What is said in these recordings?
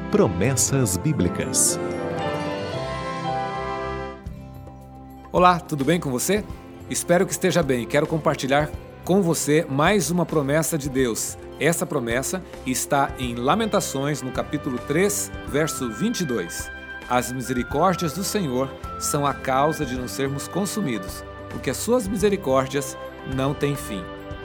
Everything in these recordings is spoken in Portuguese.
Promessas Bíblicas. Olá, tudo bem com você? Espero que esteja bem. Quero compartilhar com você mais uma promessa de Deus. Essa promessa está em Lamentações, no capítulo 3, verso 22. As misericórdias do Senhor são a causa de não sermos consumidos, porque as suas misericórdias não têm fim.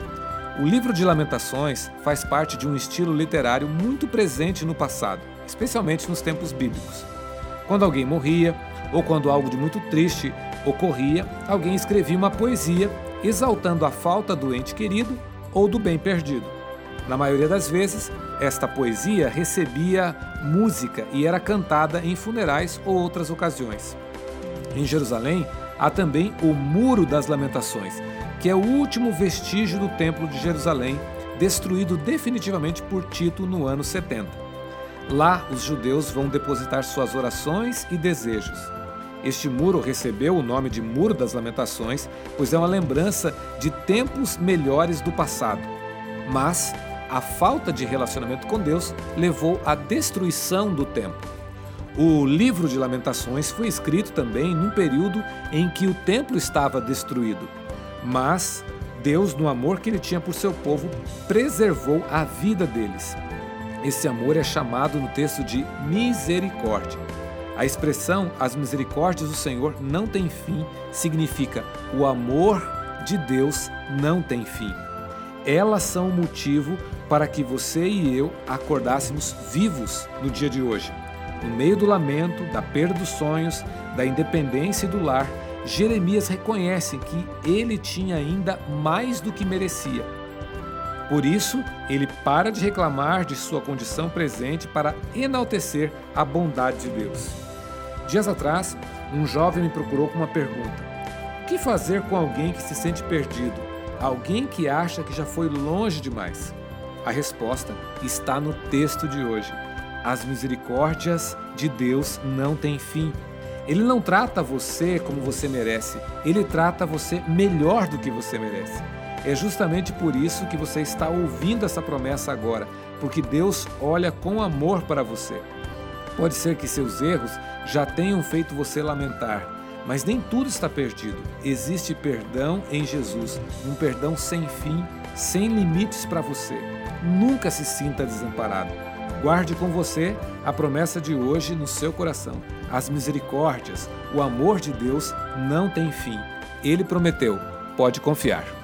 O livro de Lamentações faz parte de um estilo literário muito presente no passado, especialmente nos tempos bíblicos. Quando alguém morria, ou quando algo de muito triste ocorria, alguém escrevia uma poesia exaltando a falta do ente querido ou do bem perdido. Na maioria das vezes, esta poesia recebia música e era cantada em funerais ou outras ocasiões. Em Jerusalém, há também o Muro das Lamentações, que é o último vestígio do Templo de Jerusalém, destruído definitivamente por Tito no ano 70. Lá, os judeus vão depositar suas orações e desejos. Este muro recebeu o nome de Muro das Lamentações, pois é uma lembrança de tempos melhores do passado. Mas a falta de relacionamento com Deus levou à destruição do templo. O livro de Lamentações foi escrito também num período em que o templo estava destruído. Mas Deus, no amor que Ele tinha por seu povo, preservou a vida deles. Esse amor é chamado no texto de misericórdia. A expressão "as misericórdias do Senhor não têm fim" significa o amor de Deus não tem fim. Elas são o motivo para que você e eu acordássemos vivos no dia de hoje. No meio do lamento, da perda dos sonhos, da independência e do lar, Jeremias reconhece que ele tinha ainda mais do que merecia. Por isso, ele para de reclamar de sua condição presente para enaltecer a bondade de Deus. Dias atrás, um jovem me procurou com uma pergunta: o que fazer com alguém que se sente perdido? Alguém que acha que já foi longe demais? A resposta está no texto de hoje. As misericórdias de Deus não têm fim. Ele não trata você como você merece, Ele trata você melhor do que você merece. É justamente por isso que você está ouvindo essa promessa agora, porque Deus olha com amor para você. Pode ser que seus erros já tenham feito você lamentar, mas nem tudo está perdido. Existe perdão em Jesus, um perdão sem fim, sem limites para você. Nunca se sinta desamparado. Guarde com você a promessa de hoje no seu coração. As misericórdias, o amor de Deus não tem fim. Ele prometeu, pode confiar.